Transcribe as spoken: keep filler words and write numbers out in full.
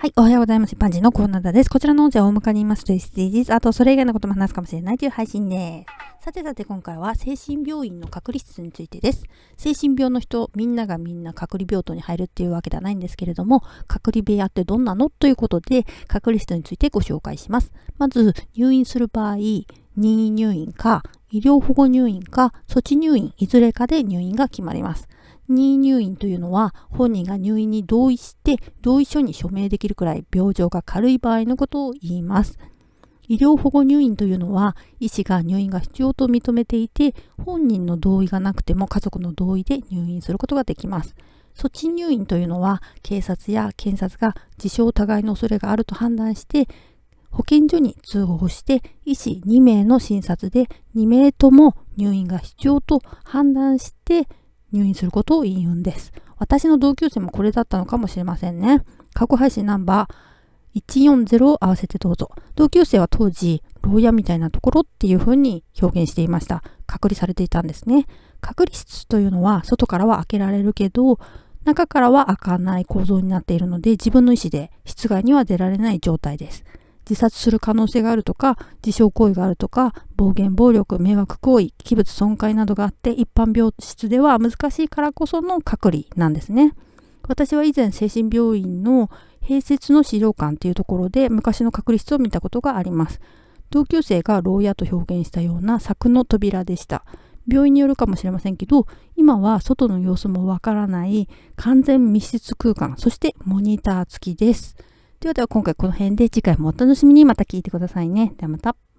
はい、おはようございます。一般人のコーナーです。こちらの音声は大向にいますと エスディージーズ、あとそれ以外のことも話すかもしれないという配信です。さてさて今回は精神病院の隔離室についてです。精神病の人、みんながみんな隔離病棟に入るっていうわけではないんですけれども、隔離部屋ってどんなのということで、隔離室についてご紹介します。まず、入院する場合、任意入院か、医療保護入院か、措置入院、いずれかで入院が決まります。任意入院というのは本人が入院に同意して同意書に署名できるくらい病状が軽い場合のことを言います。医療保護入院というのは医師が入院が必要と認めていて本人の同意がなくても家族の同意で入院することができます。措置入院というのは警察や検察が自傷疑いの恐れがあると判断して保健所に通報して医師にめいの診察でにめいとも入院が必要と判断して入院することを言うんです。私の同級生もこれだったのかもしれませんね。過去配信ナンバーいちよんゼロを合わせてどうぞ。同級生は当時、牢屋みたいなところっていう風に表現していました。隔離されていたんですね。隔離室というのは外からは開けられるけど、中からは開かない構造になっているので、自分の意思で室外には出られない状態です。自殺する可能性があるとか、自傷行為があるとか、暴言、暴力、迷惑行為、器物損壊などがあって、一般病室では難しいからこその隔離なんですね。私は以前、精神病院の併設の資料館というところで昔の隔離室を見たことがあります。同級生が牢屋と表現したような柵の扉でした。病院によるかもしれませんけど、今は外の様子もわからない完全密室空間、そしてモニター付きです。ではでは今回この辺で次回もお楽しみにまた聞いてくださいね。ではまた。